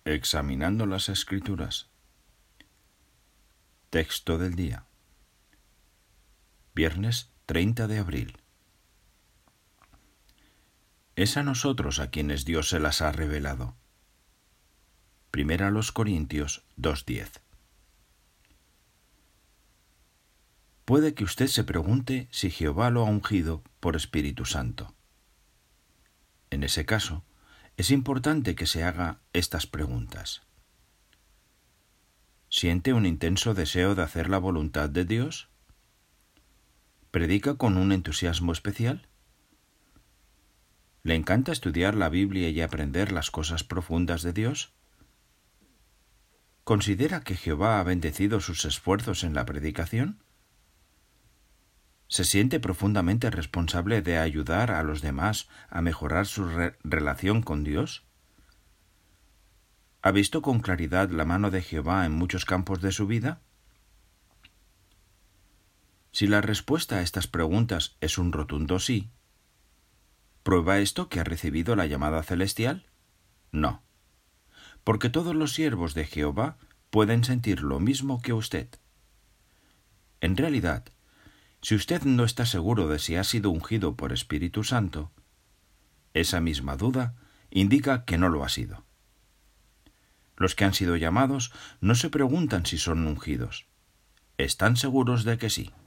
Examinando las Escrituras. Texto del día. Viernes 30 de abril. Es a nosotros a quienes Dios se las ha revelado. Primera a los Corintios 2:10. Puede que usted se pregunte si Jehová lo ha ungido por Espíritu Santo. En ese caso, es importante que se haga estas preguntas. ¿Siente un intenso deseo de hacer la voluntad de Dios? ¿Predica con un entusiasmo especial? ¿Le encanta estudiar la Biblia y aprender las cosas profundas de Dios? ¿Considera que Jehová ha bendecido sus esfuerzos en la predicación? ¿Se siente profundamente responsable de ayudar a los demás a mejorar su relación con Dios? ¿Ha visto con claridad la mano de Jehová en muchos campos de su vida? Si la respuesta a estas preguntas es un rotundo sí, ¿prueba esto que ha recibido la llamada celestial? No, porque todos los siervos de Jehová pueden sentir lo mismo que usted. En realidad, si usted no está seguro de si ha sido ungido por Espíritu Santo, esa misma duda indica que no lo ha sido. Los que han sido llamados no se preguntan si son ungidos. Están seguros de que sí.